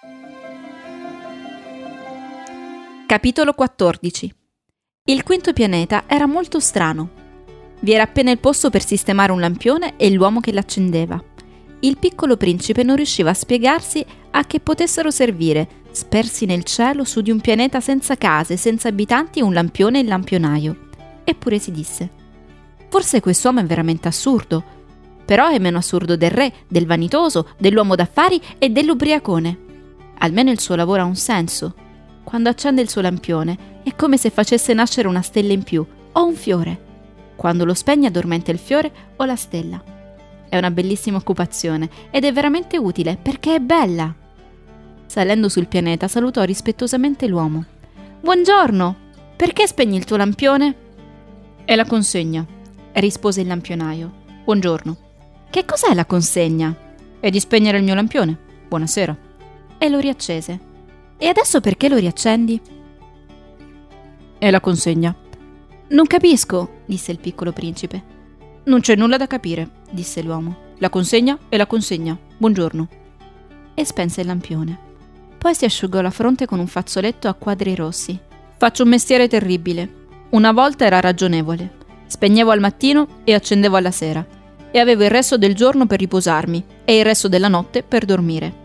Capitolo 14. Il quinto pianeta era molto strano. Vi era appena il posto per sistemare un lampione e l'uomo che l'accendeva. Il piccolo principe non riusciva a spiegarsi a che potessero servire, spersi nel cielo su di un pianeta senza case, senza abitanti, un lampione e il lampionaio. Eppure si disse: forse quest'uomo è veramente assurdo, però è meno assurdo del re, del vanitoso, dell'uomo d'affari e dell'ubriacone. Almeno il suo lavoro ha un senso. Quando accende il suo lampione è come se facesse nascere una stella in più o un fiore. Quando lo spegne addormenta il fiore o la stella. È una bellissima occupazione ed è veramente utile perché è bella. Salendo sul pianeta salutò rispettosamente l'uomo. «Buongiorno! Perché spegni il tuo lampione?» «È la consegna», rispose il lampionaio. «Buongiorno». «Che cos'è la consegna?» «È di spegnere il mio lampione. Buonasera». E lo riaccese. «E adesso perché lo riaccendi?» «È la consegna». «Non capisco», disse il piccolo principe. «Non c'è nulla da capire», disse l'uomo. «La consegna è la consegna. Buongiorno». E spense il lampione. Poi si asciugò la fronte con un fazzoletto a quadri rossi. «Faccio un mestiere terribile. Una volta era ragionevole. Spegnevo al mattino e accendevo alla sera. E avevo il resto del giorno per riposarmi e il resto della notte per dormire.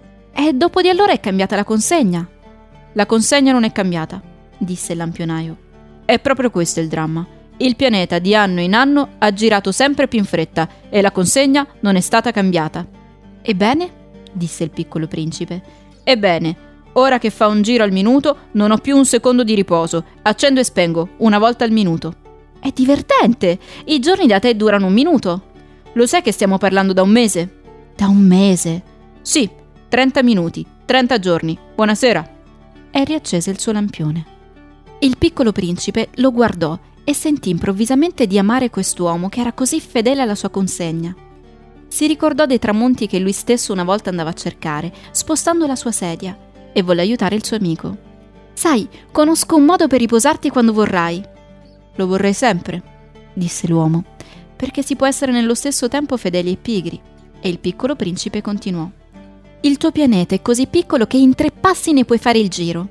E dopo di allora è cambiata la consegna». «La consegna non è cambiata», disse il lampionaio. «È proprio questo il dramma. Il pianeta di anno in anno ha girato sempre più in fretta e la consegna non è stata cambiata». «Ebbene?» disse il piccolo principe. «Ebbene, ora che fa un giro al minuto non ho più un secondo di riposo. Accendo e spengo, una volta al minuto». «È divertente! I giorni da te durano un minuto». «Lo sai che stiamo parlando da un mese?» «Da un mese?» «Sì. 30 minuti, 30 giorni. Buonasera». E riaccese il suo lampione. Il piccolo principe lo guardò e sentì improvvisamente di amare quest'uomo che era così fedele alla sua consegna. Si ricordò dei tramonti che lui stesso una volta andava a cercare, spostando la sua sedia, e volle aiutare il suo amico. «Sai, conosco un modo per riposarti quando vorrai». «Lo vorrei sempre», disse l'uomo, «perché si può essere nello stesso tempo fedeli e pigri». E il piccolo principe continuò. «Il tuo pianeta è così piccolo che in 3 passi ne puoi fare il giro.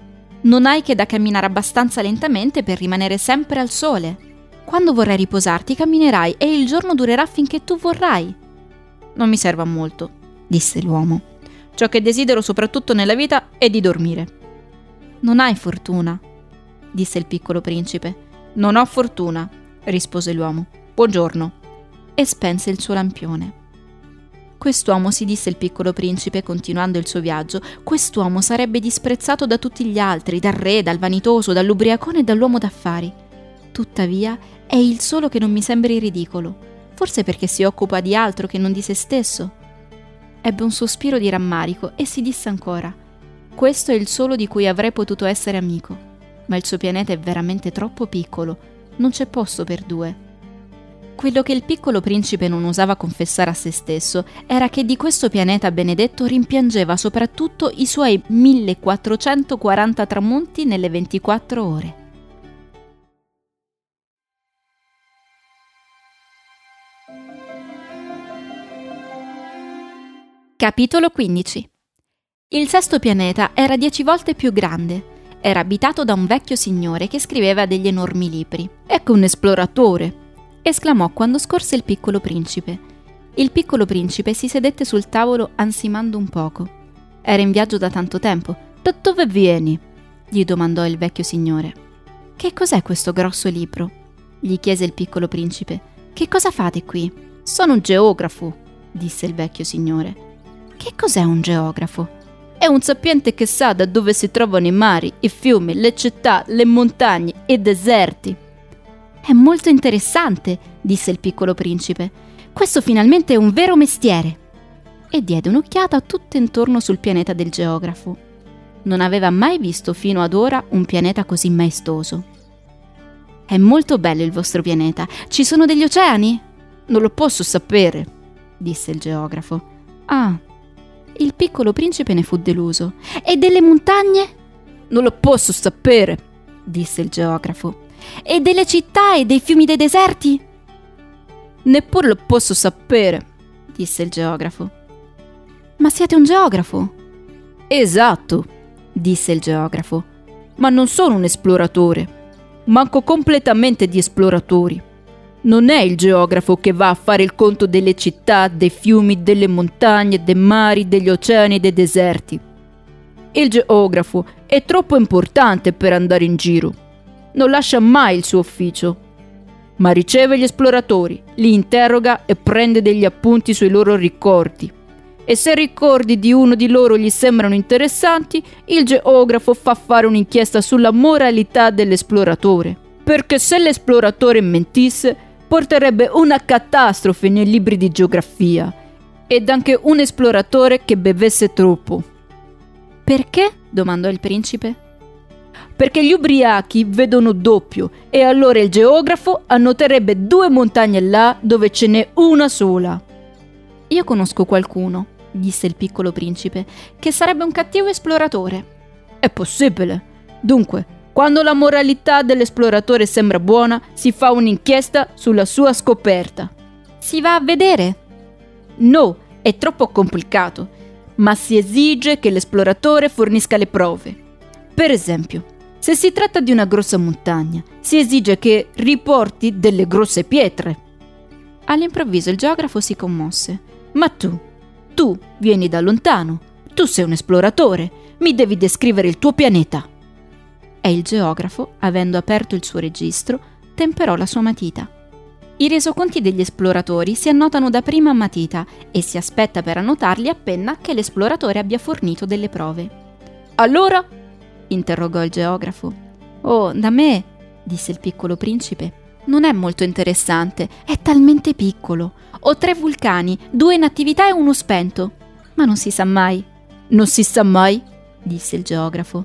Non hai che da camminare abbastanza lentamente per rimanere sempre al sole. Quando vorrai riposarti camminerai e il giorno durerà finché tu vorrai». «Non mi serve a molto», disse l'uomo. «Ciò che desidero soprattutto nella vita è di dormire». «Non hai fortuna», disse il piccolo principe. «Non ho fortuna», rispose l'uomo. «Buongiorno». E spense il suo lampione. «Quest'uomo», si disse il piccolo principe continuando il suo viaggio, «quest'uomo sarebbe disprezzato da tutti gli altri, dal re, dal vanitoso, dall'ubriacone e dall'uomo d'affari. Tuttavia è il solo che non mi sembri ridicolo, forse perché si occupa di altro che non di se stesso». Ebbe un sospiro di rammarico e si disse ancora: «Questo è il solo di cui avrei potuto essere amico, ma il suo pianeta è veramente troppo piccolo, non c'è posto per 2». Quello che il piccolo principe non osava confessare a se stesso era che di questo pianeta benedetto rimpiangeva soprattutto i suoi 1440 tramonti nelle 24 ore. Capitolo 15. Il sesto pianeta era 10 volte più grande. Era abitato da un vecchio signore che scriveva degli enormi libri. «Ecco un esploratore!» esclamò quando scorse il piccolo principe. Il piccolo principe si sedette sul tavolo ansimando un poco. Era in viaggio da tanto tempo. «Da dove vieni?» gli domandò il vecchio signore. «Che cos'è questo grosso libro?» gli chiese il piccolo principe. «Che cosa fate qui?» «Sono un geografo», disse il vecchio signore. «Che cos'è un geografo?» «È un sapiente che sa da dove si trovano i mari, i fiumi, le città, le montagne e i deserti». «È molto interessante», disse il piccolo principe. «Questo finalmente è un vero mestiere». E diede un'occhiata tutto intorno sul pianeta del geografo. Non aveva mai visto fino ad ora un pianeta così maestoso. «È molto bello il vostro pianeta. Ci sono degli oceani?» «Non lo posso sapere», disse il geografo. «Ah». Il piccolo principe ne fu deluso. «E delle montagne?» «Non lo posso sapere», disse il geografo. «E delle città e dei fiumi dei deserti?» «Neppure lo posso sapere», disse il geografo. «Ma siete un geografo?» Esatto, disse il geografo, ma non sono un esploratore. Manco completamente di esploratori. Non è il geografo che va a fare il conto delle città, dei fiumi, delle montagne, dei mari, degli oceani e dei deserti. Il geografo è troppo importante per andare in giro. Non lascia mai il suo ufficio, ma riceve gli esploratori, li interroga e prende degli appunti sui loro ricordi. E se i ricordi di uno di loro gli sembrano interessanti, il geografo fa fare un'inchiesta sulla moralità dell'esploratore. Perché se l'esploratore mentisse, porterebbe una catastrofe nei libri di geografia. Ed anche un esploratore che bevesse troppo. Perché? Domandò il principe. Perché gli ubriachi vedono doppio e allora il geografo annoterebbe 2 montagne là dove ce n'è una sola. Io conosco qualcuno, disse il piccolo principe, che sarebbe un cattivo esploratore. È possibile. Dunque, quando la moralità dell'esploratore sembra buona, si fa un'inchiesta sulla sua scoperta. Si va a vedere? No, è troppo complicato, ma si esige che l'esploratore fornisca le prove. Per esempio, se si tratta di una grossa montagna, si esige che riporti delle grosse pietre. All'improvviso il geografo si commosse. Ma tu vieni da lontano, tu sei un esploratore, mi devi descrivere il tuo pianeta. E il geografo, avendo aperto il suo registro, temperò la sua matita. I resoconti degli esploratori si annotano da prima a matita e si aspetta per annotarli appena che l'esploratore abbia fornito delle prove. Allora? Interrogò il geografo. Oh, da me, disse il piccolo principe, non è molto interessante, è talmente piccolo. Ho 3 vulcani, 2 in attività e 1 spento. Ma non si sa mai. Non si sa mai, disse il geografo.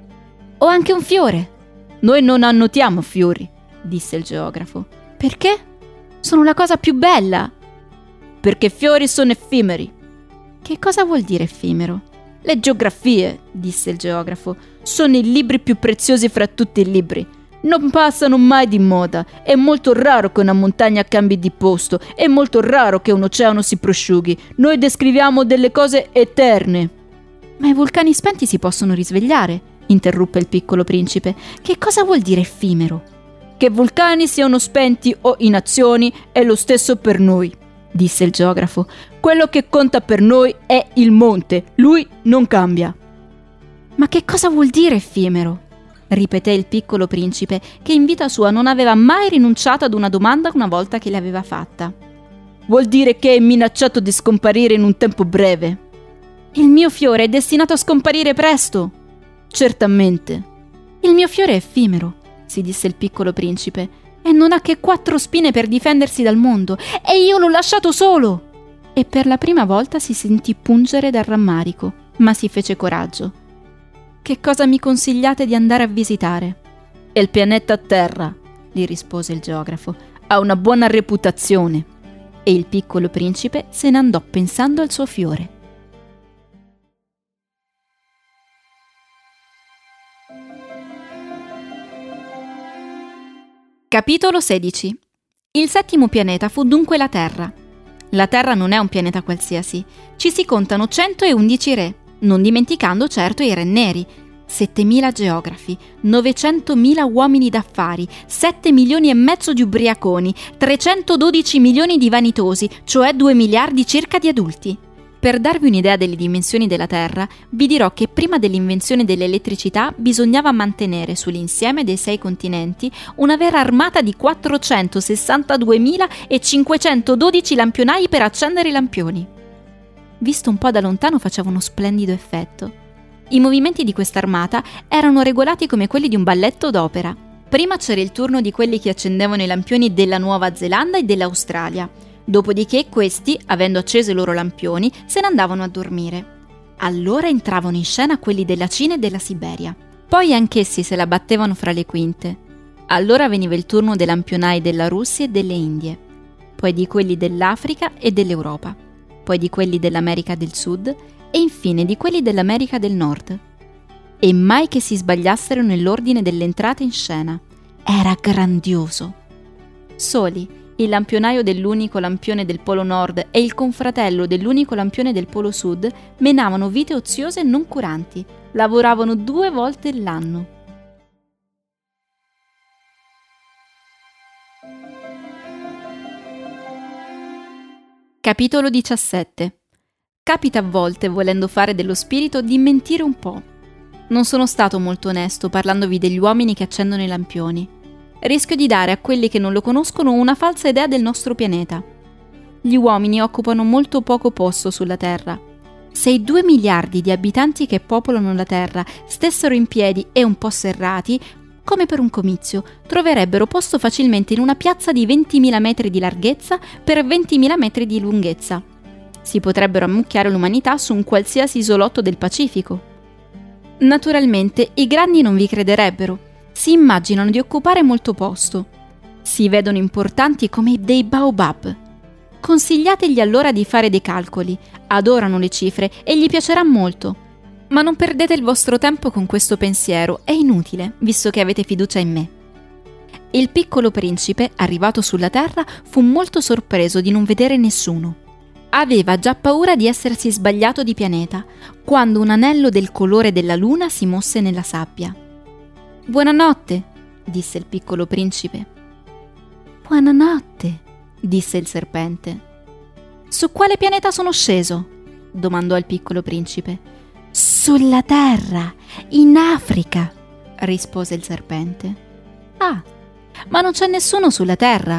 Ho anche un fiore. Noi non annotiamo fiori, disse il geografo. Perché? Sono la cosa più bella. Perché fiori sono effimeri. Che cosa vuol dire effimero? Le geografie, disse il geografo, sono i libri più preziosi fra tutti i libri. Non passano mai di moda. È molto raro che una montagna cambi di posto. È molto raro che un oceano si prosciughi. Noi descriviamo delle cose eterne. Ma i vulcani spenti si possono risvegliare, interruppe il piccolo principe. Che cosa vuol dire effimero? Che vulcani siano spenti o in azioni è lo stesso per noi, disse il geografo. Quello che conta per noi è il monte. Lui non cambia. Ma che cosa vuol dire effimero? Ripeté il piccolo principe, che in vita sua non aveva mai rinunciato ad una domanda una volta che l'aveva fatta. Vuol dire che è minacciato di scomparire in un tempo breve. Il mio fiore è destinato a scomparire presto. Certamente. Il mio fiore è effimero, si disse il piccolo principe, e non ha che 4 spine per difendersi dal mondo, e io l'ho lasciato solo. E per la prima volta si sentì pungere dal rammarico, ma si fece coraggio. Che cosa mi consigliate di andare a visitare? Il pianeta Terra, gli rispose il geografo. Ha una buona reputazione. E il piccolo principe se ne andò pensando al suo fiore. Capitolo 16. Il 7° pianeta fu dunque la Terra. La Terra non è un pianeta qualsiasi. Ci si contano 111 re, non dimenticando certo i re neri, 7.000 geografi, 900.000 uomini d'affari, 7 milioni e mezzo di ubriaconi, 312 milioni di vanitosi, cioè 2 miliardi circa di adulti. Per darvi un'idea delle dimensioni della Terra, vi dirò che prima dell'invenzione dell'elettricità bisognava mantenere sull'insieme dei 6 continenti una vera armata di 462.512 lampionai per accendere i lampioni. Visto un po' da lontano faceva uno splendido effetto. I movimenti di quest'armata erano regolati come quelli di un balletto d'opera. Prima c'era il turno di quelli che accendevano i lampioni della Nuova Zelanda e dell'Australia. Dopodiché questi, avendo acceso i loro lampioni, se ne andavano a dormire. Allora entravano in scena quelli della Cina e della Siberia. Poi anch'essi se la battevano fra le quinte. Allora veniva il turno dei lampionai della Russia e delle Indie, poi di quelli dell'Africa e dell'Europa, poi di quelli dell'America del Sud e infine di quelli dell'America del Nord. E mai che si sbagliassero nell'ordine dell'entrata in scena. Era grandioso. Soli, Il lampionaio dell'unico lampione del Polo Nord e il confratello dell'unico lampione del Polo Sud menavano vite oziose e non curanti. Lavoravano 2 volte l'anno. Capitolo 17. Capita a volte, volendo fare dello spirito, di mentire un po'. Non sono stato molto onesto parlandovi degli uomini che accendono i lampioni. Rischio di dare a quelli che non lo conoscono una falsa idea del nostro pianeta. Gli uomini occupano molto poco posto sulla Terra. Se i 2 miliardi di abitanti che popolano la Terra stessero in piedi e un po' serrati, come per un comizio, troverebbero posto facilmente in una piazza di 20.000 metri di larghezza per 20.000 metri di lunghezza. Si potrebbero ammucchiare l'umanità su un qualsiasi isolotto del Pacifico. Naturalmente i grandi non vi crederebbero. Si immaginano di occupare molto posto. Si vedono importanti come dei baobab. Consigliategli allora di fare dei calcoli. Adorano le cifre e gli piacerà molto. Ma non perdete il vostro tempo con questo pensiero, è inutile, visto che avete fiducia in me. Il piccolo principe, arrivato sulla terra, fu molto sorpreso di non vedere nessuno. Aveva già paura di essersi sbagliato di pianeta, quando un anello del colore della luna si mosse nella sabbia. «Buonanotte», disse il piccolo principe. «Buonanotte», disse il serpente. «Su quale pianeta sono sceso?» domandò il piccolo principe. «Sulla Terra, in Africa», rispose il serpente. «Ah, ma non c'è nessuno sulla Terra?»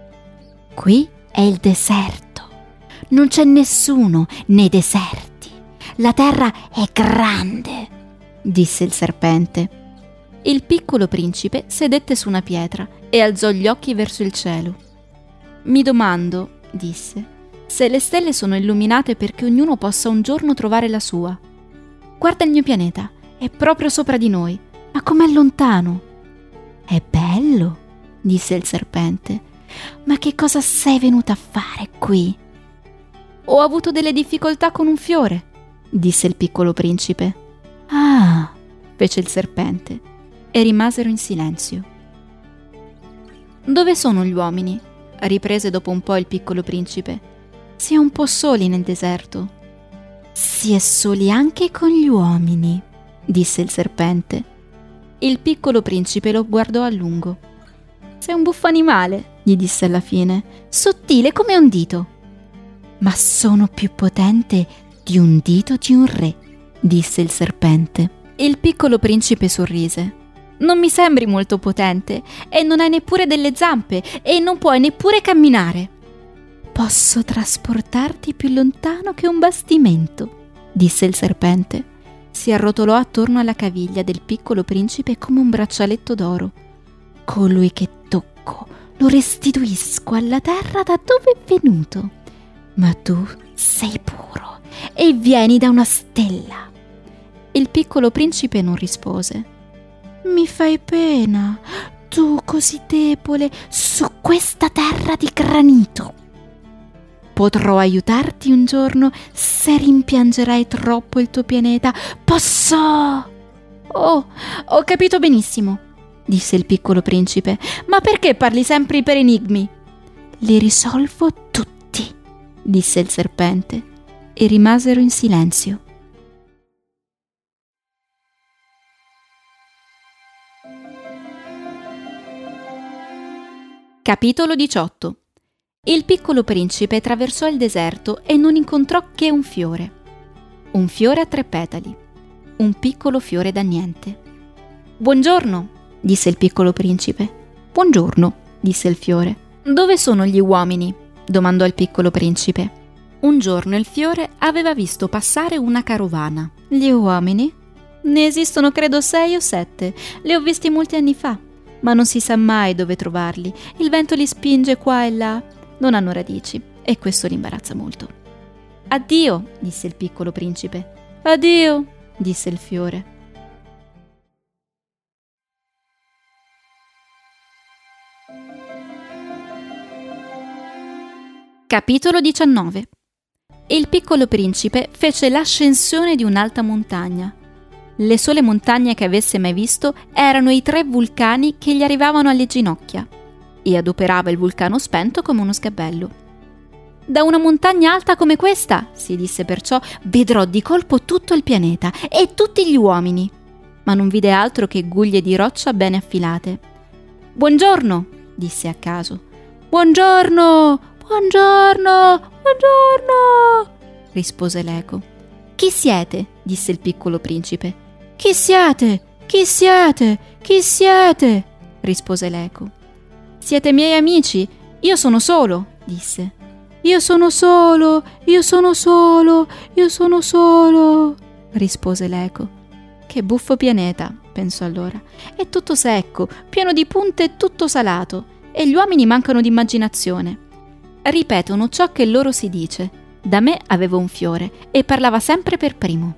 «Qui è il deserto. Non c'è nessuno nei deserti. La Terra è grande», disse il serpente. Il piccolo principe sedette su una pietra e alzò gli occhi verso il cielo. «Mi domando», disse, «se le stelle sono illuminate perché ognuno possa un giorno trovare la sua. Guarda il mio pianeta, è proprio sopra di noi, ma com'è lontano!» «È bello», disse il serpente, «ma che cosa sei venuta a fare qui?» «Ho avuto delle difficoltà con un fiore», disse il piccolo principe. «Ah», fece il serpente, e rimasero in silenzio. «Dove sono gli uomini?» riprese dopo un po' il piccolo principe. «Si è un po' soli nel deserto». «Si è soli anche con gli uomini», disse il serpente. Il piccolo principe lo guardò a lungo. «Sei un buffo animale», gli disse alla fine, «sottile come un dito». «Ma sono più potente di un dito di un re», disse il serpente. Il piccolo principe sorrise. «Non mi sembri molto potente, e non hai neppure delle zampe, e non puoi neppure camminare». «Posso trasportarti più lontano che un bastimento», disse il serpente. Si arrotolò attorno alla caviglia del piccolo principe come un braccialetto d'oro. «Colui che tocco lo restituisco alla terra da dove è venuto. Ma tu sei puro e vieni da una stella». Il piccolo principe non rispose. «Mi fai pena, tu così debole su questa terra di granito. Potrò aiutarti un giorno se rimpiangerai troppo il tuo pianeta. Posso?» «Oh, ho capito benissimo», disse il piccolo principe. «Ma perché parli sempre per enigmi?» «Li risolvo tutti», disse il serpente, e rimasero in silenzio. Capitolo 18. Il piccolo principe attraversò il deserto e non incontrò che un fiore a 3 petali, un piccolo fiore da niente. «Buongiorno», disse il piccolo principe. «Buongiorno», disse il fiore. «Dove sono gli uomini?» domandò il piccolo principe. Un giorno il fiore aveva visto passare una carovana. «Gli uomini? Ne esistono credo 6 o 7, li ho visti molti anni fa. Ma non si sa mai dove trovarli, il vento li spinge qua e là, non hanno radici, e questo li imbarazza molto». «Addio», disse il piccolo principe. «Addio», disse il fiore. Capitolo 19. Il piccolo principe fece l'ascensione di un'alta montagna. Le sole montagne che avesse mai visto erano i 3 vulcani che gli arrivavano alle ginocchia. e adoperava il vulcano spento come uno sgabello. Da una montagna alta come questa, si disse perciò, vedrò di colpo tutto il pianeta e tutti gli uomini. Ma non vide altro che guglie di roccia bene affilate. «Buongiorno», disse a caso. «Buongiorno, buongiorno, buongiorno», rispose l'eco. «Chi siete?» disse il piccolo principe. «Chi siete? Chi siete? Chi siete?» rispose l'eco. «Siete miei amici? Io sono solo», disse. «Io sono solo, io sono solo, io sono solo», rispose l'eco. «Che buffo pianeta», pensò allora. «È tutto secco, pieno di punte e tutto salato, e gli uomini mancano di immaginazione. Ripetono ciò che loro si dice. Da me avevo un fiore e parlava sempre per primo».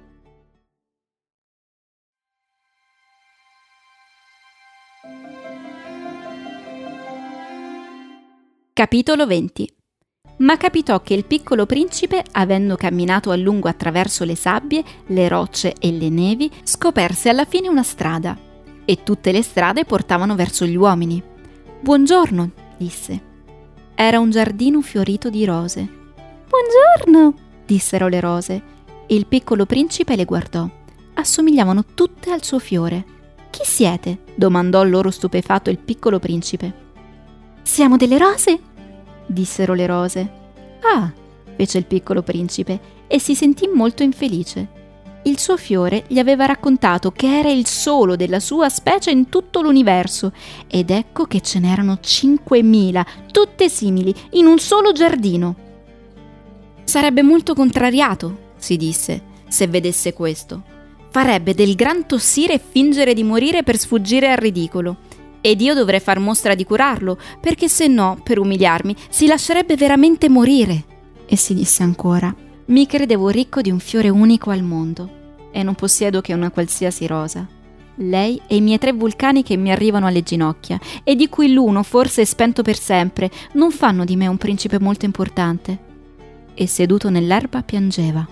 Capitolo 20. Ma capitò che il piccolo principe, avendo camminato a lungo attraverso le sabbie, le rocce e le nevi, scoperse alla fine una strada, e tutte le strade portavano verso gli uomini. «Buongiorno», disse. Era un giardino fiorito di rose. «Buongiorno», dissero le rose. Il piccolo principe le guardò. Assomigliavano tutte al suo fiore. «Chi siete?» domandò loro stupefatto il piccolo principe. «Siamo delle rose?» dissero le rose. «Ah!» fece il piccolo principe e si sentì molto infelice. Il suo fiore gli aveva raccontato che era il solo della sua specie in tutto l'universo, ed ecco che ce n'erano 5.000, tutte simili, in un solo giardino. Sarebbe molto contrariato, si disse, se vedesse questo. Farebbe del gran tossire e fingere di morire per sfuggire al ridicolo. Ed io dovrei far mostra di curarlo, perché se no, per umiliarmi, si lascerebbe veramente morire. E si disse ancora: mi credevo ricco di un fiore unico al mondo, e non possiedo che una qualsiasi rosa. Lei e i miei 3 vulcani che mi arrivano alle ginocchia, e di cui l'uno forse è spento per sempre, non fanno di me un principe molto importante. E seduto nell'erba piangeva.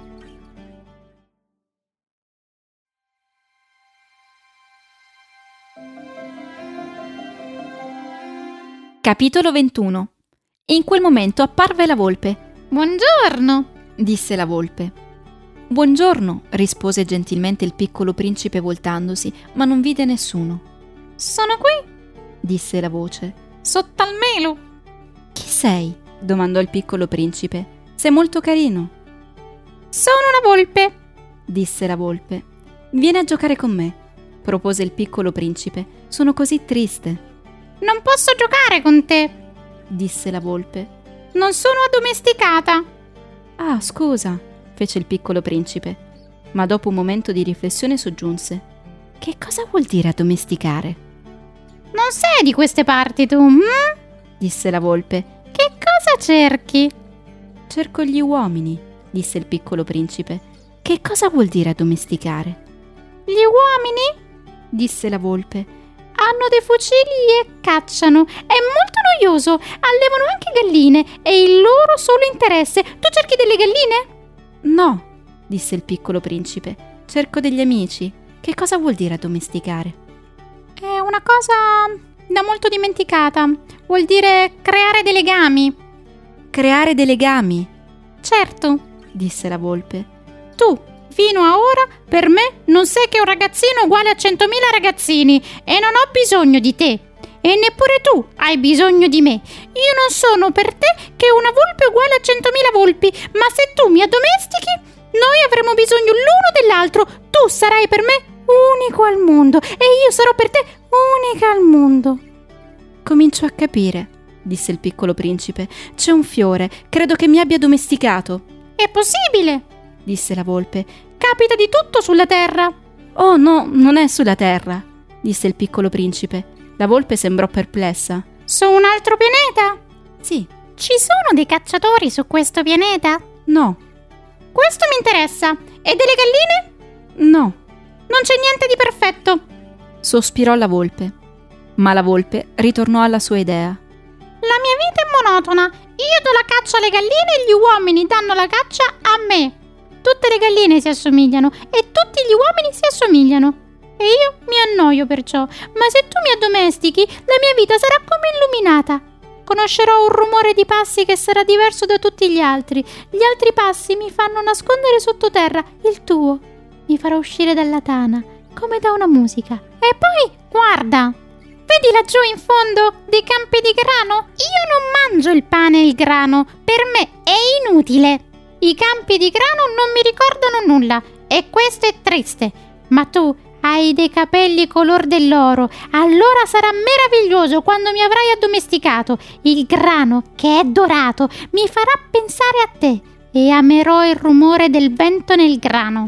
Capitolo 21. In quel momento apparve la volpe. «Buongiorno», disse la volpe. «Buongiorno», rispose gentilmente il piccolo principe voltandosi, ma non vide nessuno. «Sono qui», disse la voce, «sotto al melo». «Chi sei?» domandò il piccolo principe. «Sei molto carino». «Sono una volpe», disse la volpe. «Vieni a giocare con me», propose il piccolo principe. «Sono così triste». «Non posso giocare con te», disse la volpe. «Non sono addomesticata». «Ah, scusa», fece il piccolo principe, ma dopo un momento di riflessione soggiunse: «Che cosa vuol dire addomesticare?» «Non sei di queste parti tu, disse la volpe. «Che cosa cerchi?» «Cerco gli uomini», disse il piccolo principe. «Che cosa vuol dire addomesticare?» «Gli uomini?» disse la volpe. «Hanno dei fucili e cacciano. È molto noioso. Allevano anche galline. È il loro solo interesse. Tu cerchi delle galline?» «No», disse il piccolo principe. «Cerco degli amici. Che cosa vuol dire addomesticare?» «È una cosa da molto dimenticata. Vuol dire creare dei legami». «Creare dei legami?» «Certo», disse la volpe. «Tu, fino a ora, per me non sei che un ragazzino uguale a 100.000 ragazzini e non ho bisogno di te. E neppure tu hai bisogno di me. Io non sono per te che una volpe uguale a 100.000 volpi, ma se tu mi addomestichi, noi avremo bisogno l'uno dell'altro. Tu sarai per me unico al mondo e io sarò per te unica al mondo». «Comincio a capire», disse il piccolo principe. «C'è un fiore, credo che mi abbia addomesticato». «È possibile», disse la volpe. «Capita di tutto sulla terra». «Oh no, non è sulla terra», disse il piccolo principe. La volpe sembrò perplessa. «Su un altro pianeta?» «Sì». «Ci sono dei cacciatori su questo pianeta?» «No». «Questo mi interessa. E delle galline?» «No». «Non c'è niente di perfetto?» sospirò la volpe. Ma la volpe ritornò alla sua idea. «La mia vita è monotona. Io do la caccia alle galline e gli uomini danno la caccia a me. Tutte le galline si assomigliano e tutti gli uomini si assomigliano. e io mi annoio perciò. Ma se tu mi addomestichi, la mia vita sarà come illuminata. Conoscerò un rumore di passi che sarà diverso da tutti gli altri. Gli altri passi mi fanno nascondere sottoterra, il tuo mi farà uscire dalla tana, come da una musica. E poi, guarda, vedi laggiù in fondo dei campi di grano? Io non mangio il pane e il grano, per me è inutile. I campi di grano non mi ricordano nulla e questo è triste. Ma tu hai dei capelli color dell'oro, allora sarà meraviglioso quando mi avrai addomesticato. Il grano, che è dorato, mi farà pensare a te e amerò il rumore del vento nel grano.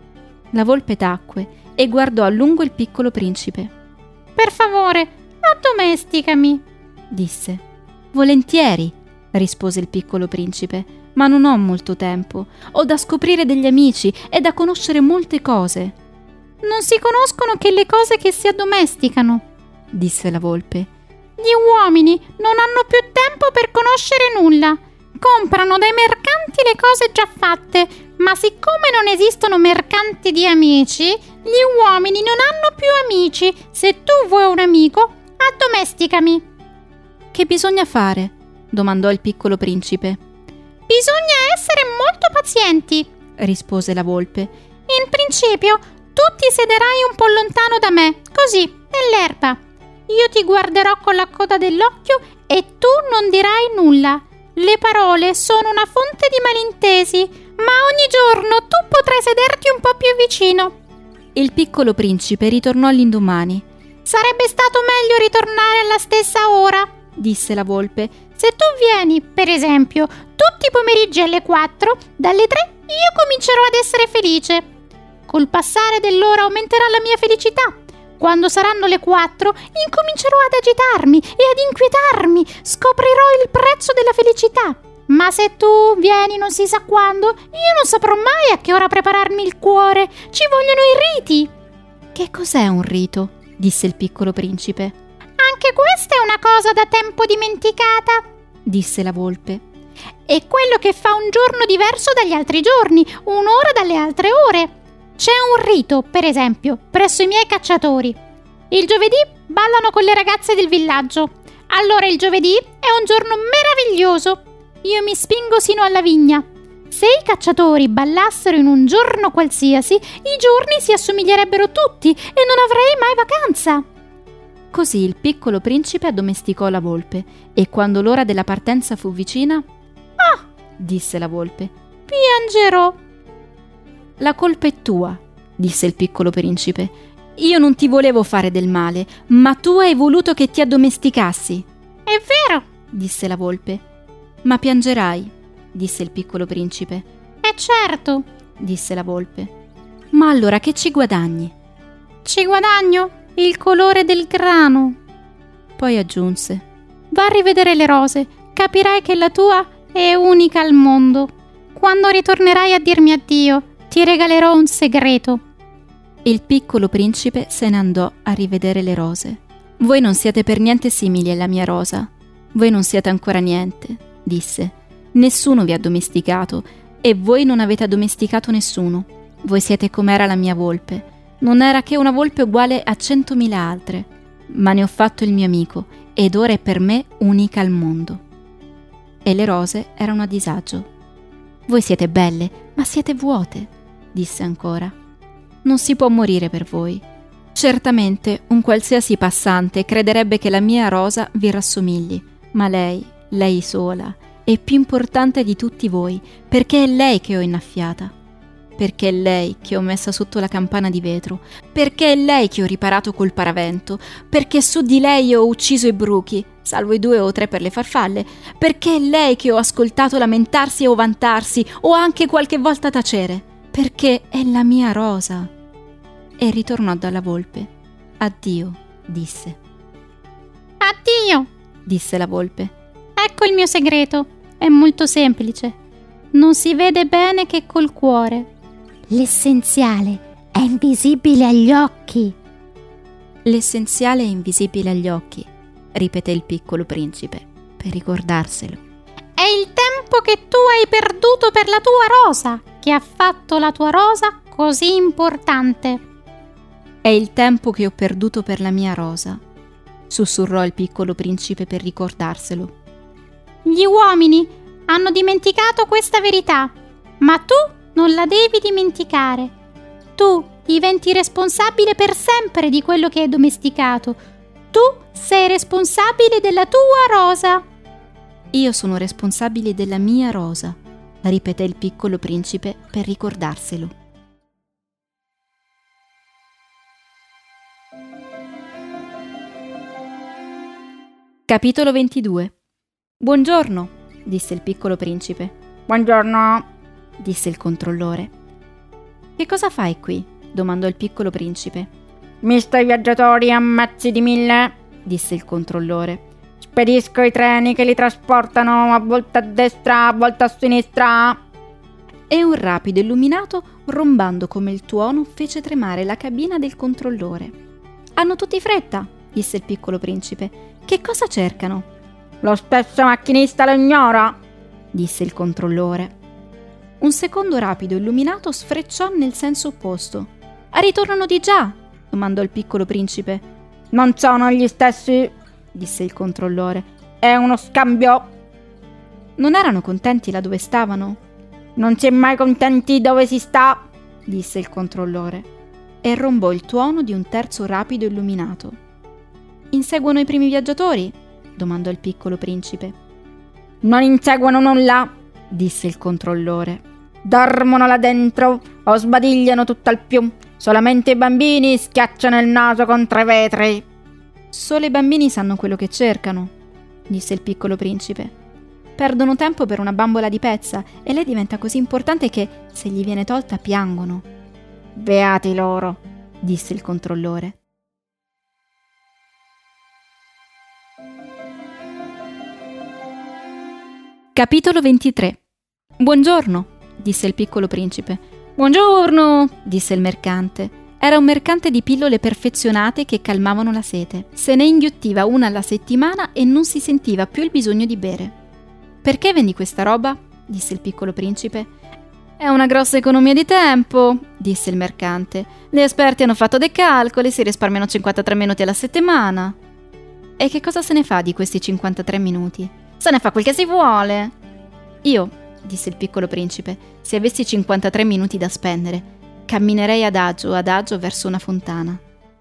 La volpe tacque e guardò a lungo il piccolo principe. Per favore, addomesticami, disse. Volentieri, rispose il piccolo principe, ma non ho molto tempo. Ho da scoprire degli amici e da conoscere molte cose. Non si conoscono che le cose che si addomesticano, disse la volpe. Gli uomini non hanno più tempo per conoscere nulla. Comprano dai mercanti le cose già fatte, ma siccome non esistono mercanti di amici, gli uomini non hanno più amici. Se tu vuoi un amico, addomesticami. Che bisogna fare? Domandò il piccolo principe. Bisogna essere molto pazienti, rispose la volpe. In principio, tu ti siederai un po' lontano da me, così, nell'erba. Io ti guarderò con la coda dell'occhio e tu non dirai nulla. Le parole sono una fonte di malintesi, ma ogni giorno tu potrai sederti un po' più vicino. Il piccolo principe ritornò all'indomani. Sarebbe stato meglio ritornare alla stessa ora, disse la volpe. Se tu vieni, per esempio, tutti i pomeriggi alle 4, dalle 3 io comincerò ad essere felice. Col passare dell'ora aumenterà la mia felicità. Quando saranno le 4, incomincerò ad agitarmi e ad inquietarmi. Scoprirò il prezzo della felicità. Ma se tu vieni non si sa quando, io non saprò mai a che ora prepararmi il cuore. Ci vogliono i riti. Che cos'è un rito? Disse il piccolo principe. Anche questa è una cosa da tempo dimenticata, disse la volpe. È quello che fa un giorno diverso dagli altri giorni, un'ora dalle altre ore. C'è un rito, per esempio, presso i miei cacciatori. Il giovedì ballano con le ragazze del villaggio. Allora il giovedì è un giorno meraviglioso. Io mi spingo sino alla vigna. Se i cacciatori ballassero in un giorno qualsiasi, i giorni si assomiglierebbero tutti e non avrei mai vacanza. Così il piccolo principe addomesticò la volpe e quando l'ora della partenza fu vicina, «Ah!» disse la volpe. «Piangerò!» «La colpa è tua», disse il piccolo principe. «Io non ti volevo fare del male, ma tu hai voluto che ti addomesticassi». «È vero», disse la volpe. «Ma piangerai», disse il piccolo principe. certo», disse la volpe. «Ma allora che ci guadagni?» «Ci guadagno il colore del grano». Poi aggiunse: «Va a rivedere le rose, capirai che la tua è unica al mondo. Quando ritornerai a dirmi addio, ti regalerò un segreto». Il piccolo principe se ne andò a rivedere le rose. «Voi non siete per niente simili alla mia rosa. Voi non siete ancora niente», disse. «Nessuno vi ha addomesticato e voi non avete addomesticato nessuno. Voi siete com'era la mia volpe. Non era che una volpe uguale a 100.000 altre, ma ne ho fatto il mio amico ed ora è per me unica al mondo». E le rose erano a disagio. «Voi siete belle, ma siete vuote», disse ancora. «Non si può morire per voi. Certamente un qualsiasi passante crederebbe che la mia rosa vi rassomigli, ma lei sola, è più importante di tutti voi, perché è lei che ho innaffiata. Perché è lei che ho messa sotto la campana di vetro, perché è lei che ho riparato col paravento, perché su di lei ho ucciso i bruchi, salvo i 2 o 3 per le farfalle, perché è lei che ho ascoltato lamentarsi o vantarsi o anche qualche volta tacere, perché è la mia rosa». E ritornò dalla volpe. «Addio», disse. «Addio», disse la volpe. «Ecco il mio segreto. È molto semplice. Non si vede bene che col cuore. L'essenziale è invisibile agli occhi». «L'essenziale è invisibile agli occhi», ripeté il piccolo principe, per ricordarselo. «È il tempo che tu hai perduto per la tua rosa, che ha fatto la tua rosa così importante». È il tempo che ho perduto per la mia rosa, sussurrò il piccolo principe per ricordarselo. Gli uomini hanno dimenticato questa verità, ma tu non la devi dimenticare. Tu diventi responsabile per sempre di quello che hai domesticato. Tu sei responsabile della tua rosa. Io sono responsabile della mia rosa, ripeté il piccolo principe per ricordarselo. Capitolo 22. Buongiorno, disse il piccolo principe. Buongiorno, disse il controllore. Che cosa fai qui? Domandò il piccolo principe. misto i viaggiatori a mezzi di 1000, disse il controllore. Spedisco i treni che li trasportano a volta a destra, a volta a sinistra. E un rapido illuminato, rombando come il tuono, fece tremare la cabina del controllore. Hanno tutti fretta, disse il piccolo principe. Che cosa cercano? Lo stesso macchinista lo ignora, disse il controllore. Un secondo rapido illuminato sfrecciò nel senso opposto. Ritornano di già? Domandò il piccolo principe. Non sono gli stessi, disse il controllore. È uno scambio. Non erano contenti là dove stavano? Non si è mai contenti dove si sta, disse il controllore. E rombò il tuono di un terzo rapido illuminato. Inseguono i primi viaggiatori? Domandò il piccolo principe. Non inseguono nulla, disse il controllore. Dormono là dentro o sbadigliano tutt'al più. Solamente i bambini schiacciano il naso contro i vetri. Solo i bambini sanno quello che cercano, disse il piccolo principe. Perdono tempo per una bambola di pezza e lei diventa così importante che, se gli viene tolta, piangono. Beati loro, disse il controllore. Capitolo 23. Buongiorno, disse il piccolo principe. Buongiorno, disse il mercante. Era un mercante di pillole perfezionate che calmavano la sete. Se ne inghiottiva una alla settimana e non si sentiva più il bisogno di bere. Perché vendi questa roba? Disse il piccolo principe. È una grossa economia di tempo, disse il mercante. Gli esperti hanno fatto dei calcoli, si risparmiano 53 minuti alla settimana. E che cosa se ne fa di questi 53 minuti? Se ne fa quel che si vuole. Io, disse il piccolo principe, se avessi 53 minuti da spendere, camminerei adagio verso una fontana.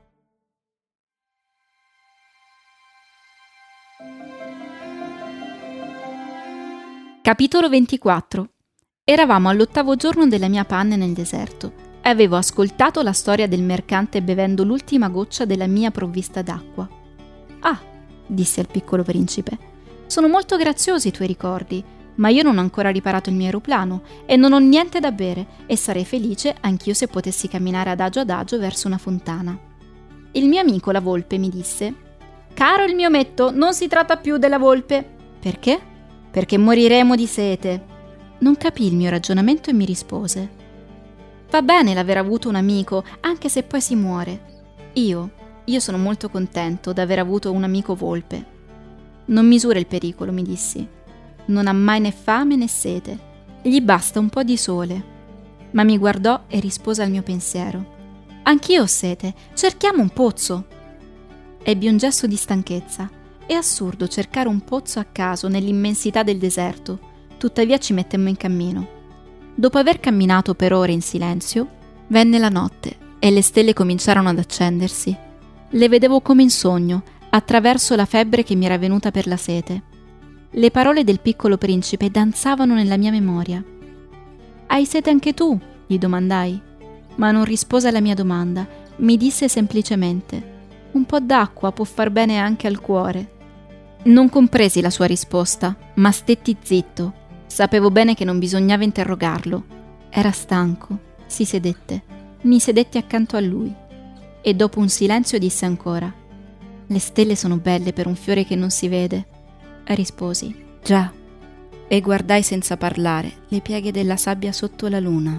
Capitolo 24. Eravamo all'8° giorno della mia panne nel deserto e avevo ascoltato la storia del mercante bevendo l'ultima goccia della mia provvista d'acqua. Ah, disse il piccolo principe, sono molto graziosi i tuoi ricordi, ma io non ho ancora riparato il mio aeroplano e non ho niente da bere e sarei felice anch'io se potessi camminare adagio verso una fontana. Il mio amico la volpe mi disse: «Caro il mio ometto, non si tratta più della volpe». «Perché?» «Perché moriremo di sete». Non capì il mio ragionamento e mi rispose: «Va bene l'aver avuto un amico, anche se poi si muore. Io sono molto contento d'aver avuto un amico volpe». «Non misura il pericolo», mi dissi. «Non ha mai né fame né sete. Gli basta un po' di sole». Ma mi guardò e rispose al mio pensiero: «Anch'io ho sete, cerchiamo un pozzo». Ebbi un gesto di stanchezza. È assurdo cercare un pozzo a caso nell'immensità del deserto, tuttavia ci mettemmo in cammino. Dopo aver camminato per ore in silenzio, venne la notte e le stelle cominciarono ad accendersi. Le vedevo come in sogno, attraverso la febbre che mi era venuta per la sete. Le parole del piccolo principe danzavano nella mia memoria. «Hai sete anche tu?» gli domandai, ma non rispose alla mia domanda, mi disse semplicemente: «Un po' d'acqua può far bene anche al cuore». Non compresi la sua risposta, ma stetti zitto. Sapevo bene che non bisognava interrogarlo. Era stanco, si sedette. Mi sedetti accanto a lui e dopo un silenzio disse ancora: «Le stelle sono belle per un fiore che non si vede». Risposi: «Già», e guardai senza parlare le pieghe della sabbia sotto la luna.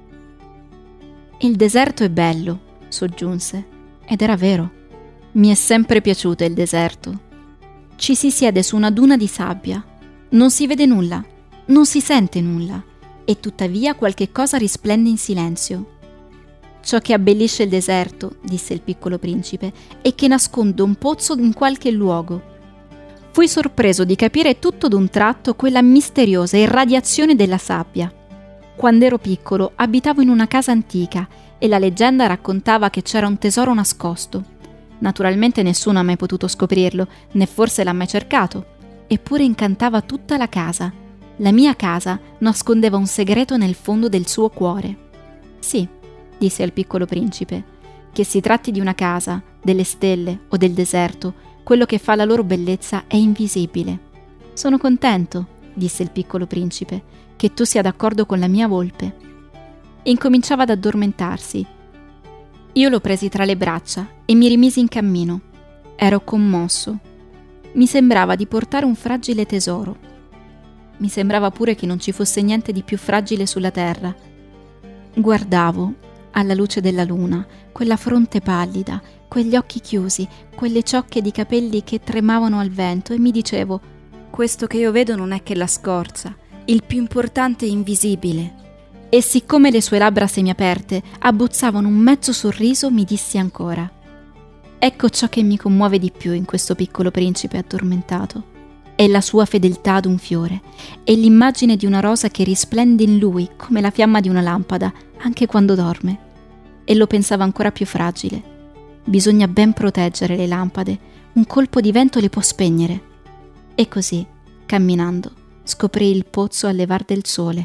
«Il deserto è bello», soggiunse, ed era vero. Mi è sempre piaciuto il deserto. Ci si siede su una duna di sabbia, non si vede nulla, non si sente nulla, e tuttavia qualche cosa risplende in silenzio. Ciò che abbellisce il deserto, disse il Piccolo Principe, è che nasconde un pozzo in qualche luogo. Fui sorpreso di capire tutto d'un tratto quella misteriosa irradiazione della sabbia. Quando ero piccolo abitavo in una casa antica e la leggenda raccontava che c'era un tesoro nascosto. Naturalmente nessuno ha mai potuto scoprirlo, né forse l'ha mai cercato. Eppure incantava tutta la casa. La mia casa nascondeva un segreto nel fondo del suo cuore. Sì, disse al Piccolo Principe, che si tratti di una casa, delle stelle o del deserto, quello che fa la loro bellezza è invisibile. Sono contento, disse il Piccolo Principe, che tu sia d'accordo con la mia volpe. Incominciava ad addormentarsi. Io lo presi tra le braccia e mi rimisi in cammino. Ero commosso. Mi sembrava di portare un fragile tesoro. Mi sembrava pure che non ci fosse niente di più fragile sulla terra. Guardavo, alla luce della luna, quella fronte pallida, quegli occhi chiusi, quelle ciocche di capelli che tremavano al vento e mi dicevo: questo che io vedo non è che la scorza, il più importante è invisibile. E siccome le sue labbra semiaperte abbozzavano un mezzo sorriso, mi dissi ancora: ecco ciò che mi commuove di più in questo Piccolo Principe addormentato. È la sua fedeltà ad un fiore, è l'immagine di una rosa che risplende in lui come la fiamma di una lampada, anche quando dorme. E lo pensava ancora più fragile. Bisogna ben proteggere le lampade, un colpo di vento le può spegnere. E così, camminando, scoprì il pozzo al levar del sole.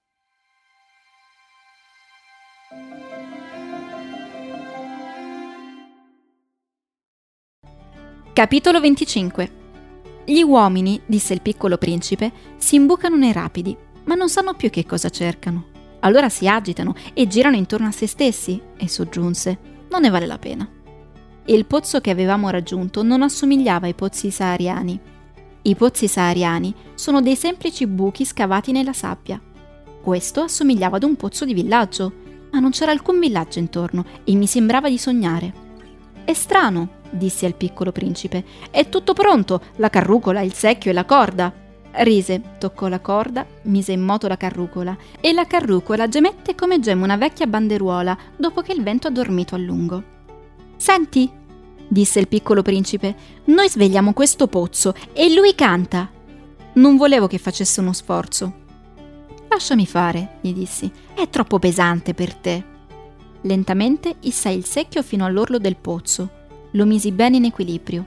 Capitolo 25. Gli uomini, disse il Piccolo Principe, si imbucano nei rapidi, ma non sanno più che cosa cercano. Allora si agitano e girano intorno a se stessi, e soggiunse: non ne vale la pena. Il pozzo che avevamo raggiunto non assomigliava ai pozzi sahariani. I pozzi sahariani sono dei semplici buchi scavati nella sabbia. Questo assomigliava ad un pozzo di villaggio, ma non c'era alcun villaggio intorno e mi sembrava di sognare. È strano, disse al Piccolo Principe. È tutto pronto, la carrucola, il secchio e la corda. Rise, toccò la corda, mise in moto la carrucola e la carrucola gemette come geme una vecchia banderuola dopo che il vento ha dormito a lungo. Senti, disse il Piccolo Principe, noi svegliamo questo pozzo e lui canta. Non volevo che facesse uno sforzo. Lasciami fare, gli dissi, è troppo pesante per te. Lentamente issai il secchio fino all'orlo del pozzo. Lo misi bene in equilibrio.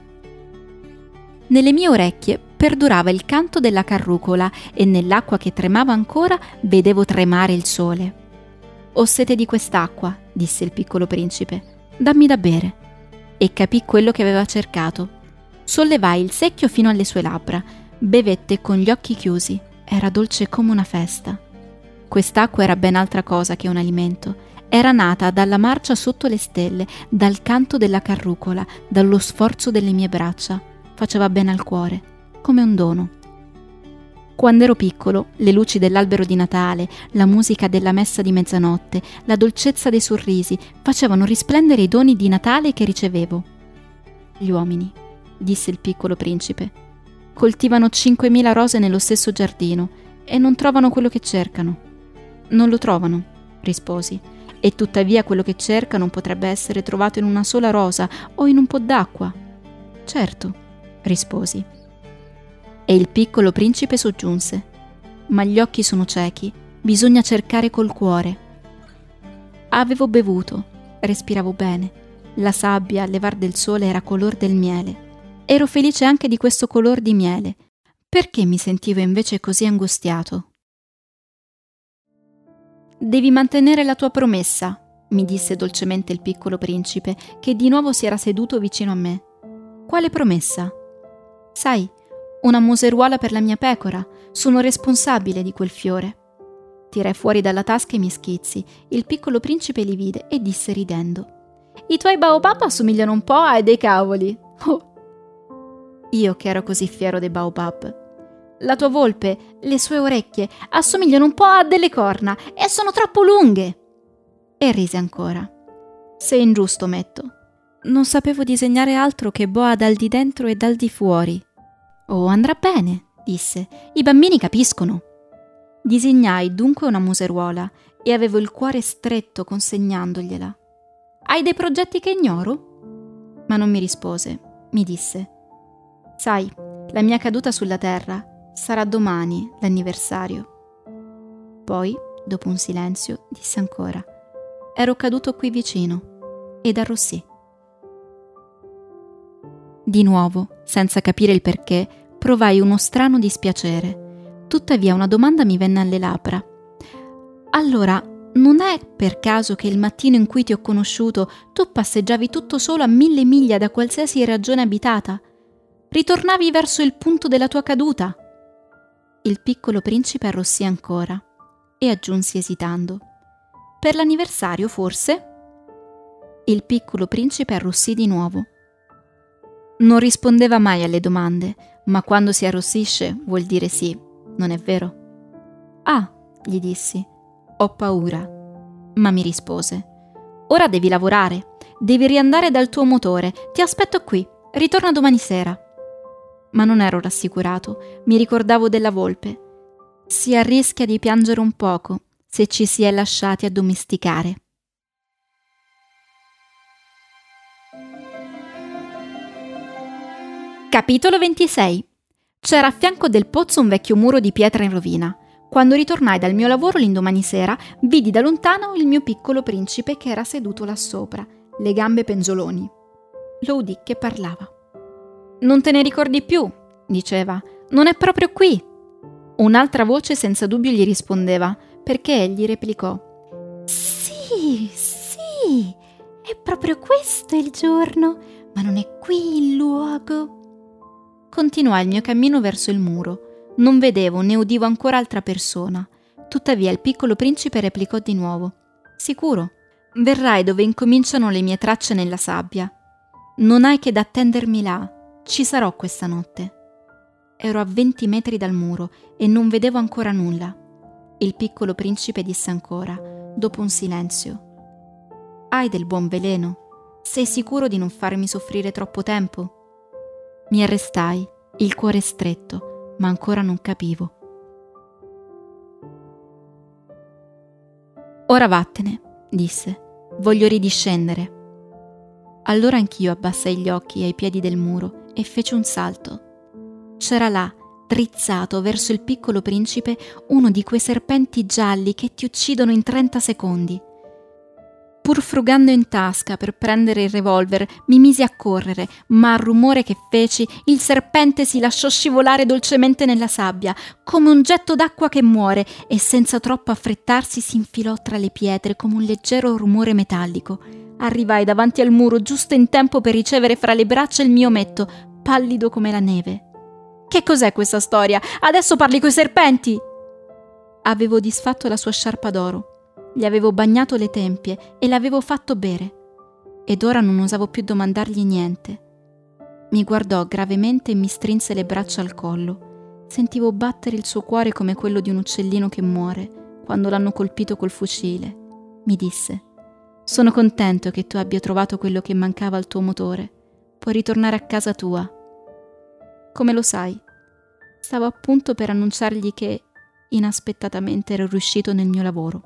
Nelle mie orecchie perdurava il canto della carrucola e nell'acqua che tremava ancora vedevo tremare il sole. Ho sete di quest'acqua, disse il Piccolo Principe. Dammi da bere. E capì quello che aveva cercato. Sollevai il secchio fino alle sue labbra. Bevette con gli occhi chiusi. Era dolce come una festa. Quest'acqua era ben altra cosa che un alimento. Era nata dalla marcia sotto le stelle, dal canto della carrucola, dallo sforzo delle mie braccia. Faceva bene al cuore, come un dono. Quando ero piccolo, le luci dell'albero di Natale, la musica della messa di mezzanotte, la dolcezza dei sorrisi facevano risplendere i doni di Natale che ricevevo. Gli uomini, disse il Piccolo Principe, coltivano 5.000 rose nello stesso giardino e non trovano quello che cercano. Non lo trovano, risposi. E tuttavia quello che cercano potrebbe essere trovato in una sola rosa o in un po' d'acqua. Certo, risposi. E il Piccolo Principe soggiunse: ma gli occhi sono ciechi, bisogna cercare col cuore. Avevo bevuto, respiravo bene, la sabbia al levar del sole era color del miele. Ero felice anche di questo color di miele. Perché mi sentivo invece così angustiato? Devi mantenere la tua promessa, mi disse dolcemente il Piccolo Principe, che di nuovo si era seduto vicino a me. Quale promessa? Sai, una museruola per la mia pecora. Sono responsabile di quel fiore. Tirai fuori dalla tasca i miei schizzi. Il Piccolo Principe li vide e disse ridendo: i tuoi baobab assomigliano un po' ai dei cavoli. Oh. Io che ero così fiero dei baobab. La tua volpe, le sue orecchie, assomigliano un po' a delle corna e sono troppo lunghe. E rise ancora. Sei ingiusto, Metto. Non sapevo disegnare altro che boa dal di dentro e dal di fuori. Oh, andrà bene, disse. I bambini capiscono. Disegnai dunque una museruola e avevo il cuore stretto consegnandogliela. Hai dei progetti che ignoro? Ma non mi rispose. Mi disse: sai, la mia caduta sulla terra sarà domani l'anniversario. Poi, dopo un silenzio, disse ancora: ero caduto qui vicino ed arrossì. Di nuovo, senza capire il perché, provai uno strano dispiacere. Tuttavia una domanda mi venne alle labbra. Allora, non è per caso che il mattino in cui ti ho conosciuto tu passeggiavi tutto solo a 1000 miglia da qualsiasi regione abitata? Ritornavi verso il punto della tua caduta? Il piccolo principe arrossì ancora e aggiunsi esitando: per l'anniversario, forse? Il piccolo principe arrossì di nuovo. Non rispondeva mai alle domande, ma quando si arrossisce vuol dire sì, non è vero? Ah, gli dissi, ho paura. Ma mi rispose: ora devi lavorare, devi riandare dal tuo motore, ti aspetto qui, ritorna domani sera. Ma non ero rassicurato, mi ricordavo della volpe. Si arrischia di piangere un poco se ci si è lasciati addomesticare. Capitolo 26. C'era a fianco del pozzo un vecchio muro di pietra in rovina. Quando ritornai dal mio lavoro l'indomani sera, vidi da lontano il mio piccolo principe che era seduto là sopra, le gambe penzoloni. Lo udì che parlava. Non te ne ricordi più, diceva, non è proprio qui. Un'altra voce senza dubbio gli rispondeva, perché egli replicò: Sì, è proprio questo il giorno, ma non è qui il luogo. Continuai il mio cammino verso il muro. Non vedevo né udivo ancora altra persona. Tuttavia il piccolo principe replicò di nuovo: sicuro, verrai dove incominciano le mie tracce nella sabbia. Non hai che da attendermi là, ci sarò questa notte. Ero a 20 metri dal muro e non vedevo ancora nulla. Il piccolo principe disse ancora, dopo un silenzio: hai del buon veleno? Sei sicuro di non farmi soffrire troppo tempo? Mi arrestai, il cuore stretto, ma ancora non capivo. Ora vattene, disse, voglio ridiscendere. Allora anch'io abbassai gli occhi ai piedi del muro e feci un salto. C'era là, drizzato verso il piccolo principe, uno di quei serpenti gialli che ti uccidono in 30 secondi. Pur frugando in tasca per prendere il revolver, mi misi a correre, ma al rumore che feci, il serpente si lasciò scivolare dolcemente nella sabbia, come un getto d'acqua che muore, e senza troppo affrettarsi si infilò tra le pietre come un leggero rumore metallico. Arrivai davanti al muro giusto in tempo per ricevere fra le braccia il mio ometto, pallido come la neve. Che cos'è questa storia? Adesso parli coi serpenti? Avevo disfatto la sua sciarpa d'oro. Gli avevo bagnato le tempie e l'avevo fatto bere. Ed ora non osavo più domandargli niente. Mi guardò gravemente e mi strinse le braccia al collo. Sentivo battere il suo cuore come quello di un uccellino che muore quando l'hanno colpito col fucile. Mi disse: sono contento che tu abbia trovato quello che mancava al tuo motore. Puoi ritornare a casa tua. Come lo sai? Stavo appunto per annunciargli che inaspettatamente ero riuscito nel mio lavoro.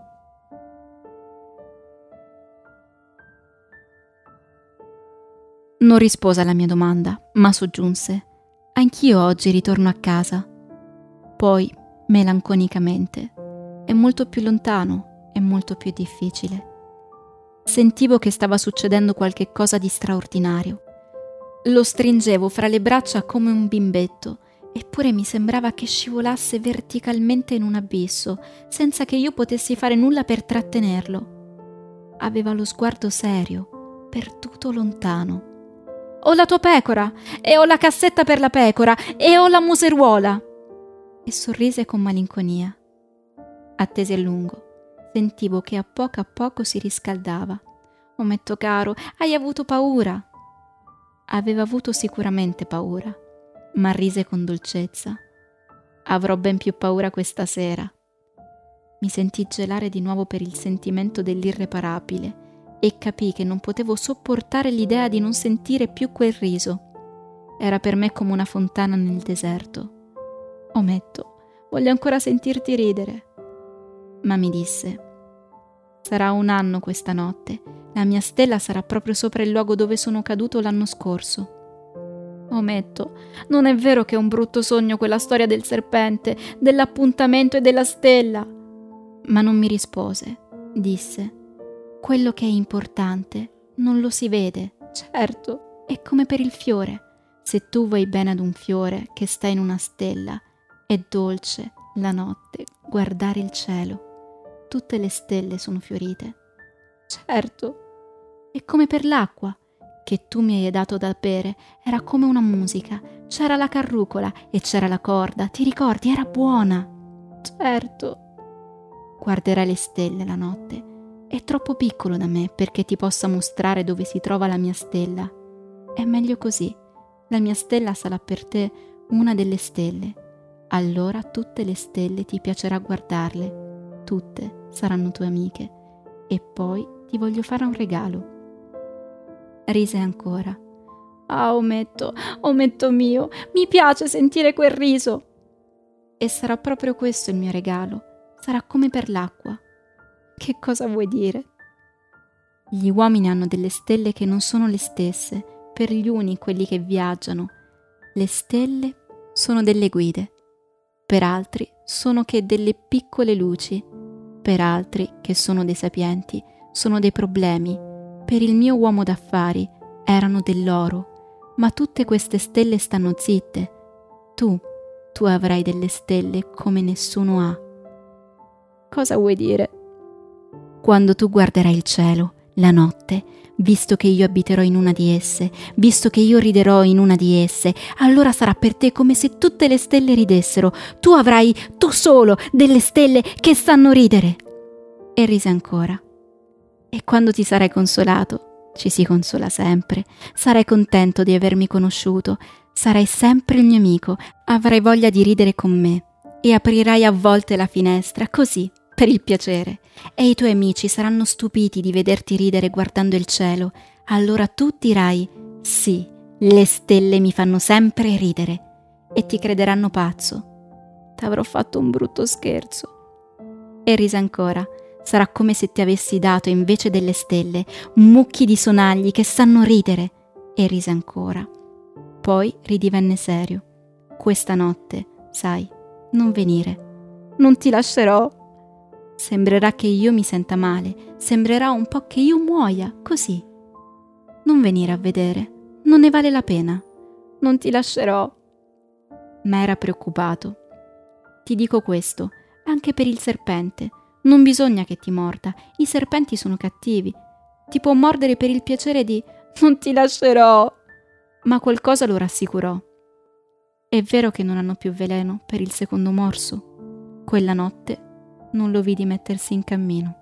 Non rispose alla mia domanda, ma soggiunse: anch'io oggi ritorno a casa. Poi, melanconicamente: è molto più lontano e molto più difficile. Sentivo che stava succedendo qualche cosa di straordinario. Lo stringevo fra le braccia come un bimbetto, eppure mi sembrava che scivolasse verticalmente in un abisso, senza che io potessi fare nulla per trattenerlo. Aveva lo sguardo serio, perduto lontano. Ho la tua pecora, e ho la cassetta per la pecora, e ho la museruola. E sorrise con malinconia. Attese a lungo. Sentivo che a poco si riscaldava. Ometto caro, hai avuto paura. Aveva avuto sicuramente paura, ma rise con dolcezza. Avrò ben più paura questa sera. Mi sentii gelare di nuovo per il sentimento dell'irreparabile e capii che non potevo sopportare l'idea di non sentire più quel riso. Era per me come una fontana nel deserto. Ometto, voglio ancora sentirti ridere. Ma mi disse: Sarà 1 anno questa notte. La mia stella sarà proprio sopra il luogo dove sono caduto l'anno scorso. Ometto, non è vero che è un brutto sogno quella storia del serpente, dell'appuntamento e della stella. Ma non mi rispose. Disse: quello che è importante non lo si vede. Certo, è come per il fiore. Se tu vuoi bene ad un fiore che sta in una stella, è dolce la notte guardare il cielo. Tutte le stelle sono fiorite. Certo, è come per l'acqua che tu mi hai dato da bere, era come una musica. C'era la carrucola e c'era la corda, ti ricordi? Era buona. Certo. Guarderai le stelle la notte. È troppo piccolo da me perché ti possa mostrare dove si trova la mia stella. È meglio così. La mia stella sarà per te una delle stelle. Allora tutte le stelle ti piacerà guardarle. Tutte saranno tue amiche. E poi ti voglio fare un regalo. Rise ancora. Ah, ometto mio, mi piace sentire quel riso. E sarà proprio questo il mio regalo. Sarà come per l'acqua. Che cosa vuoi dire? Gli uomini hanno delle stelle che non sono le stesse, per gli uni quelli che viaggiano. Le stelle sono delle guide, per altri sono che delle piccole luci, per altri che sono dei sapienti, sono dei problemi. Per il mio uomo d'affari erano dell'oro, ma tutte queste stelle stanno zitte. Tu avrai delle stelle come nessuno ha. Cosa vuoi dire? Quando tu guarderai il cielo, la notte, visto che io abiterò in una di esse, visto che io riderò in una di esse, allora sarà per te come se tutte le stelle ridessero. Tu avrai, tu solo, delle stelle che sanno ridere. E rise ancora. E quando ti sarai consolato, ci si consola sempre, sarai contento di avermi conosciuto, sarai sempre il mio amico, avrai voglia di ridere con me e aprirai a volte la finestra, così, per il piacere, e i tuoi amici saranno stupiti di vederti ridere guardando il cielo. Allora tu dirai: sì, le stelle mi fanno sempre ridere, e ti crederanno pazzo. T'avrò fatto un brutto scherzo. E rise ancora. Sarà come se ti avessi dato invece delle stelle mucchi di sonagli che sanno ridere. E rise ancora. Poi ridivenne serio. Questa notte, sai, non venire. Non ti lascerò. Sembrerà che io mi senta male, sembrerà un po' che io muoia, così. Non venire a vedere, non ne vale la pena. Non ti lascerò. Ma era preoccupato. Ti dico questo, anche per il serpente. Non bisogna che ti morda, i serpenti sono cattivi. Ti può mordere per il piacere di «non ti lascerò». Ma qualcosa lo rassicurò. È vero che non hanno più veleno per il secondo morso. Quella notte non lo vidi mettersi in cammino.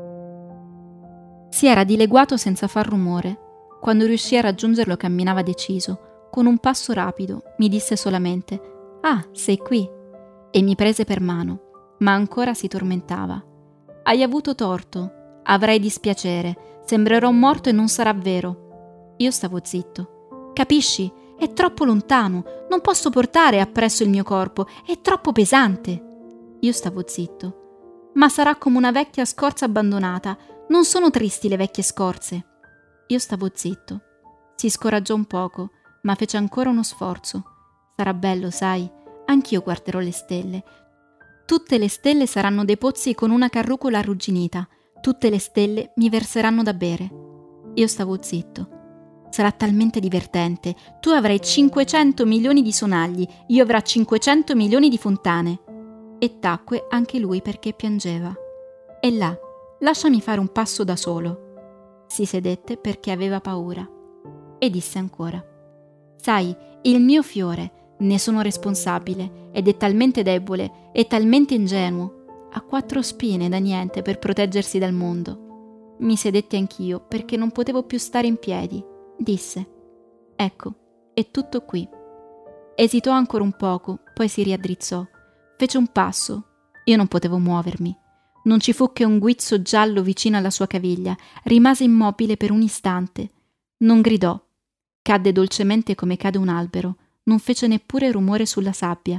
Si era dileguato senza far rumore. Quando riuscì a raggiungerlo camminava deciso, con un passo rapido. Mi disse solamente «Ah, sei qui?» e mi prese per mano, ma ancora si tormentava. «Hai avuto torto, avrai dispiacere, sembrerò morto e non sarà vero». Io stavo zitto. «Capisci? È troppo lontano, non posso portare appresso il mio corpo, è troppo pesante». Io stavo zitto. «Ma sarà come una vecchia scorza abbandonata, non sono tristi le vecchie scorze». Io stavo zitto. Si scoraggiò un poco, ma fece ancora uno sforzo. «Sarà bello, sai, anch'io guarderò le stelle. Tutte le stelle saranno dei pozzi con una carrucola arrugginita. Tutte le stelle mi verseranno da bere». Io stavo zitto. «Sarà talmente divertente. Tu avrai 500 milioni di sonagli, io avrò 500 milioni di fontane». E tacque anche lui perché piangeva. «E là, lasciami fare un passo da solo». Si sedette perché aveva paura. E disse ancora: «Sai, il mio fiore, ne sono responsabile, ed è talmente debole, è talmente ingenuo. Ha 4 spine da niente per proteggersi dal mondo». Mi sedetti anch'io perché non potevo più stare in piedi. Disse: «Ecco, è tutto qui». Esitò ancora un poco, poi si riaddrizzò. Fece un passo. Io non potevo muovermi. Non ci fu che un guizzo giallo vicino alla sua caviglia. Rimase immobile per un istante. Non gridò. Cadde dolcemente come cade un albero. Non fece neppure rumore sulla sabbia.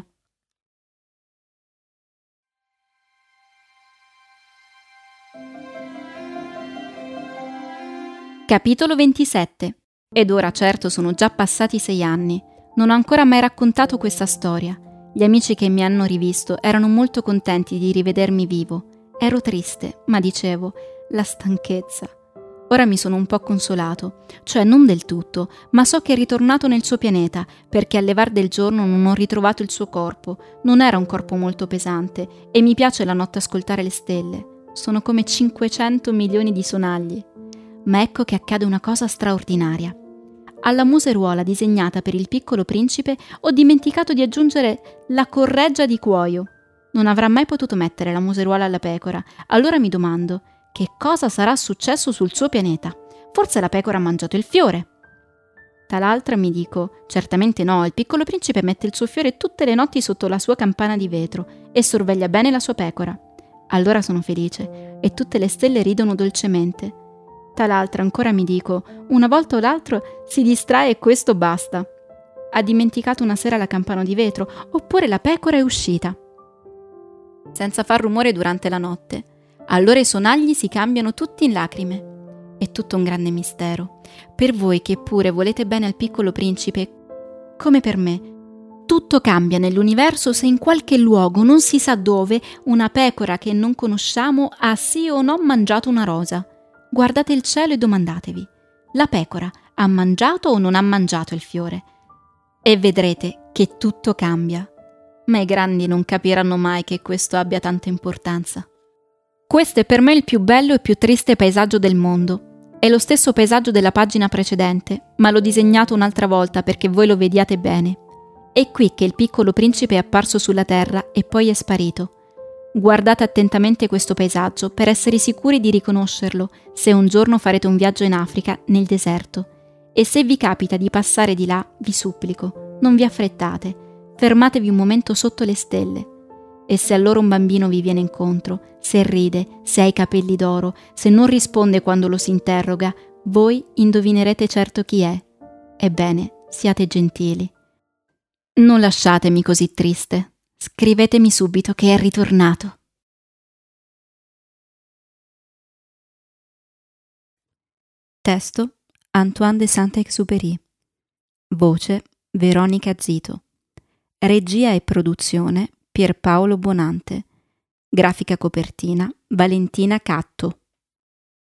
Capitolo 27. Ed ora certo sono già passati 6 anni. Non ho ancora mai raccontato questa storia. Gli amici che mi hanno rivisto erano molto contenti di rivedermi vivo. Ero triste, ma dicevo, la stanchezza. Ora mi sono un po' consolato, cioè non del tutto, ma so che è ritornato nel suo pianeta, perché al levar del giorno non ho ritrovato il suo corpo. Non era un corpo molto pesante e mi piace la notte ascoltare le stelle. Sono come 500 milioni di sonagli. Ma ecco che accade una cosa straordinaria. Alla museruola disegnata per il Piccolo Principe ho dimenticato di aggiungere la correggia di cuoio. Non avrà mai potuto mettere la museruola alla pecora. Allora mi domando, che cosa sarà successo sul suo pianeta? Forse la pecora ha mangiato il fiore. Tal'altra mi dico, certamente no, il Piccolo Principe mette il suo fiore tutte le notti sotto la sua campana di vetro e sorveglia bene la sua pecora. Allora sono felice e tutte le stelle ridono dolcemente. Tal'altra ancora mi dico, una volta o l'altro si distrae e questo basta. Ha dimenticato una sera la campana di vetro, oppure la pecora è uscita senza far rumore durante la notte. Allora i sonagli si cambiano tutti in lacrime. È tutto un grande mistero. Per voi che pure volete bene al Piccolo Principe, come per me, tutto cambia nell'universo se in qualche luogo, non si sa dove, una pecora che non conosciamo ha sì o no mangiato una rosa. Guardate il cielo e domandatevi, la pecora ha mangiato o non ha mangiato il fiore? E vedrete che tutto cambia. Ma i grandi non capiranno mai che questo abbia tanta importanza. Questo è per me il più bello e più triste paesaggio del mondo. È lo stesso paesaggio della pagina precedente, ma l'ho disegnato un'altra volta perché voi lo vediate bene. È qui che il Piccolo Principe è apparso sulla terra e poi è sparito. Guardate attentamente questo paesaggio per essere sicuri di riconoscerlo se un giorno farete un viaggio in Africa, nel deserto. E se vi capita di passare di là, vi supplico, non vi affrettate, fermatevi un momento sotto le stelle. E se allora un bambino vi viene incontro, se ride, se ha i capelli d'oro, se non risponde quando lo si interroga, voi indovinerete certo chi è. Ebbene, siate gentili. Non lasciatemi così triste. Scrivetemi subito che è ritornato. Testo Antoine de Saint-Exupéry. Voce Veronica Zito. Regia e produzione Pierpaolo Bonante. Grafica copertina Valentina Catto.